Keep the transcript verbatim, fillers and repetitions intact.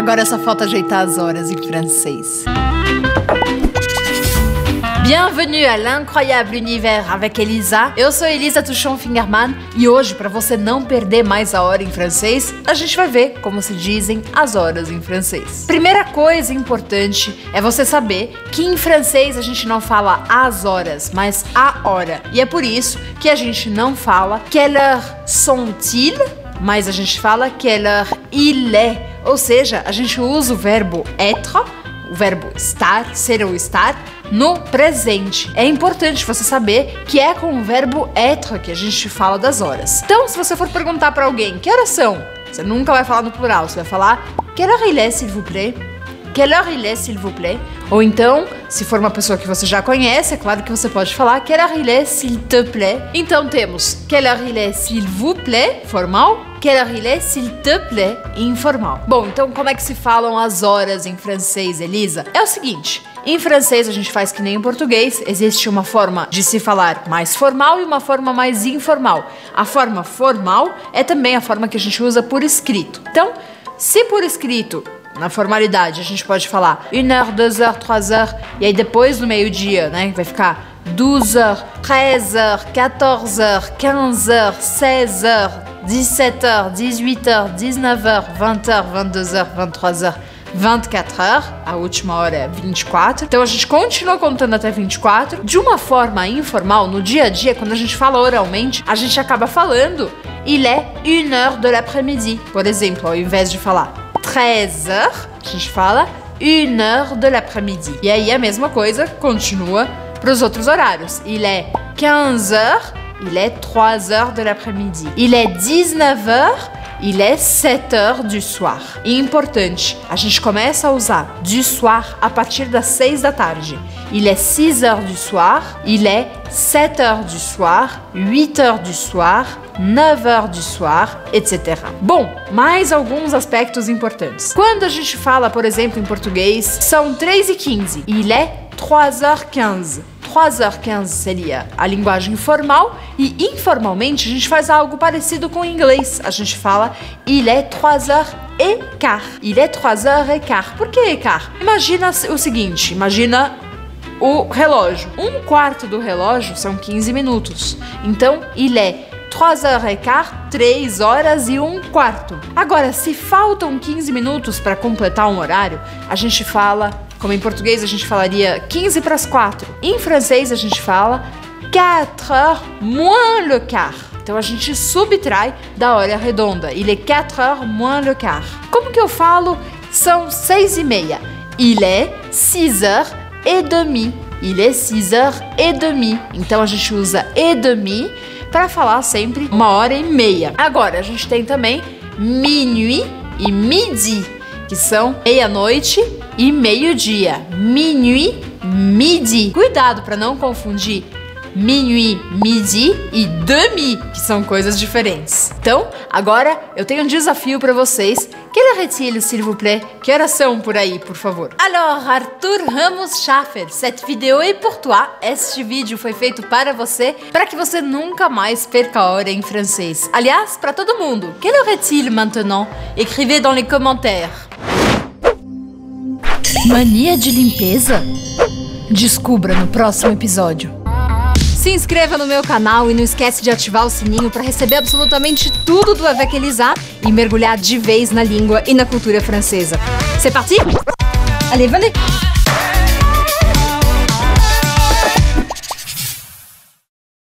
Agora só falta ajeitar as horas em francês. Bienvenue à l'incroyable univers avec Elisa. Eu sou Elisa Tuchon-Fingerman e hoje, para você não perder mais a hora em francês, a gente vai ver como se dizem as horas em francês. Primeira coisa importante é você saber que em francês a gente não fala as horas, mas a hora. E é por isso que a gente não fala quelle heure sont-ils, mas a gente fala quelle heure il est. Ou seja, a gente usa o verbo être, o verbo estar, ser ou estar, no presente. É importante você saber que é com o verbo être que a gente fala das horas. Então, se você for perguntar para alguém que horas são, você nunca vai falar no plural, você vai falar quelle heure il est, s'il vous plaît? Quelle heure il est, s'il vous plaît? Ou então, se for uma pessoa que você já conhece, é claro que você pode falar quelle heure il est, s'il te plaît? Então temos quelle heure il est, s'il vous plaît, formal. Quelle heure il est, s'il te plaît, informal. Bom, então como é que se falam as horas em francês, Elisa? É o seguinte, em francês a gente faz que nem em português, existe uma forma de se falar mais formal e uma forma mais informal. A forma formal é também a forma que a gente usa por escrito. Então, se por escrito, na formalidade, a gente pode falar une heure, deux heures, trois heures, e aí depois do meio-dia, né, vai ficar douze heures, treize heures, quatorze heures, quinze heures, seize heures, dix-sept heures, dix-huit heures, dix-neuf heures, vingt heures, vingt-deux heures, vingt-trois heures, vinte-quatro heures, a última hora é vinte e quatro. Então a gente continua contando até vinte e quatro. De uma forma informal, no dia a dia, quando a gente fala oralmente, a gente acaba falando il est une heure de l'après-midi. Por exemplo, ao invés de falar treize heures, a gente fala une heure de l'après-midi. E aí a mesma coisa continua para os outros horários. Il est quinze heures, il est trois heures de l'après-midi. Il est dix-neuf heures, il est sept heures du soir. E importante, a gente começa a usar du soir a partir das seis da tarde. Il est six heures du soir, il est sept heures du soir, huit heures du soir, neuf heures du soir, etcétera. Bom, mais alguns aspectos importantes. Quando a gente fala, por exemplo, em português, são três e quinze. Il est trois heures quinze. trois heures quinze seria a linguagem formal e informalmente a gente faz algo parecido com o inglês. A gente fala il est trois heures et quart. Il est trois heures et quart. Por que quart? Imagina o seguinte, imagina o relógio. Um quarto do relógio são quinze minutos. Então, il est trois heures et quart, três horas e um quarto. Agora, se faltam quinze minutos para completar um horário, a gente fala, como em português a gente falaria quinze para as quatro. Em francês a gente fala quatre heures moins le quart. Então a gente subtrai da hora redonda. Il est quatre heures moins le quart. Como que eu falo? São seis e meia. Il est six heures et demi. Il est six heures et demi. Então a gente usa et demi para falar sempre uma hora e meia. Agora, a gente tem também minuit e midi, que são meia-noite e meio-dia. Minuit, midi. Cuidado para não confundir minuit, midi e demi, que são coisas diferentes. Então, agora eu tenho um desafio para vocês. Quelle heure est-il, s'il vous plaît? Que horas são por aí, por favor? Alors, Arthur Ramos Schaffer, cette vidéo est pour toi. Este vídeo foi feito para você, para que você nunca mais perca a hora em francês. Aliás, para todo mundo. Quelle heure est-il maintenant? Écrivez dans les commentaires. Mania de limpeza? Descubra no próximo episódio. Se inscreva no meu canal e não esquece de ativar o sininho para receber absolutamente tudo do Avec Elisa e mergulhar de vez na língua e na cultura francesa. C'est parti? Allez, venez!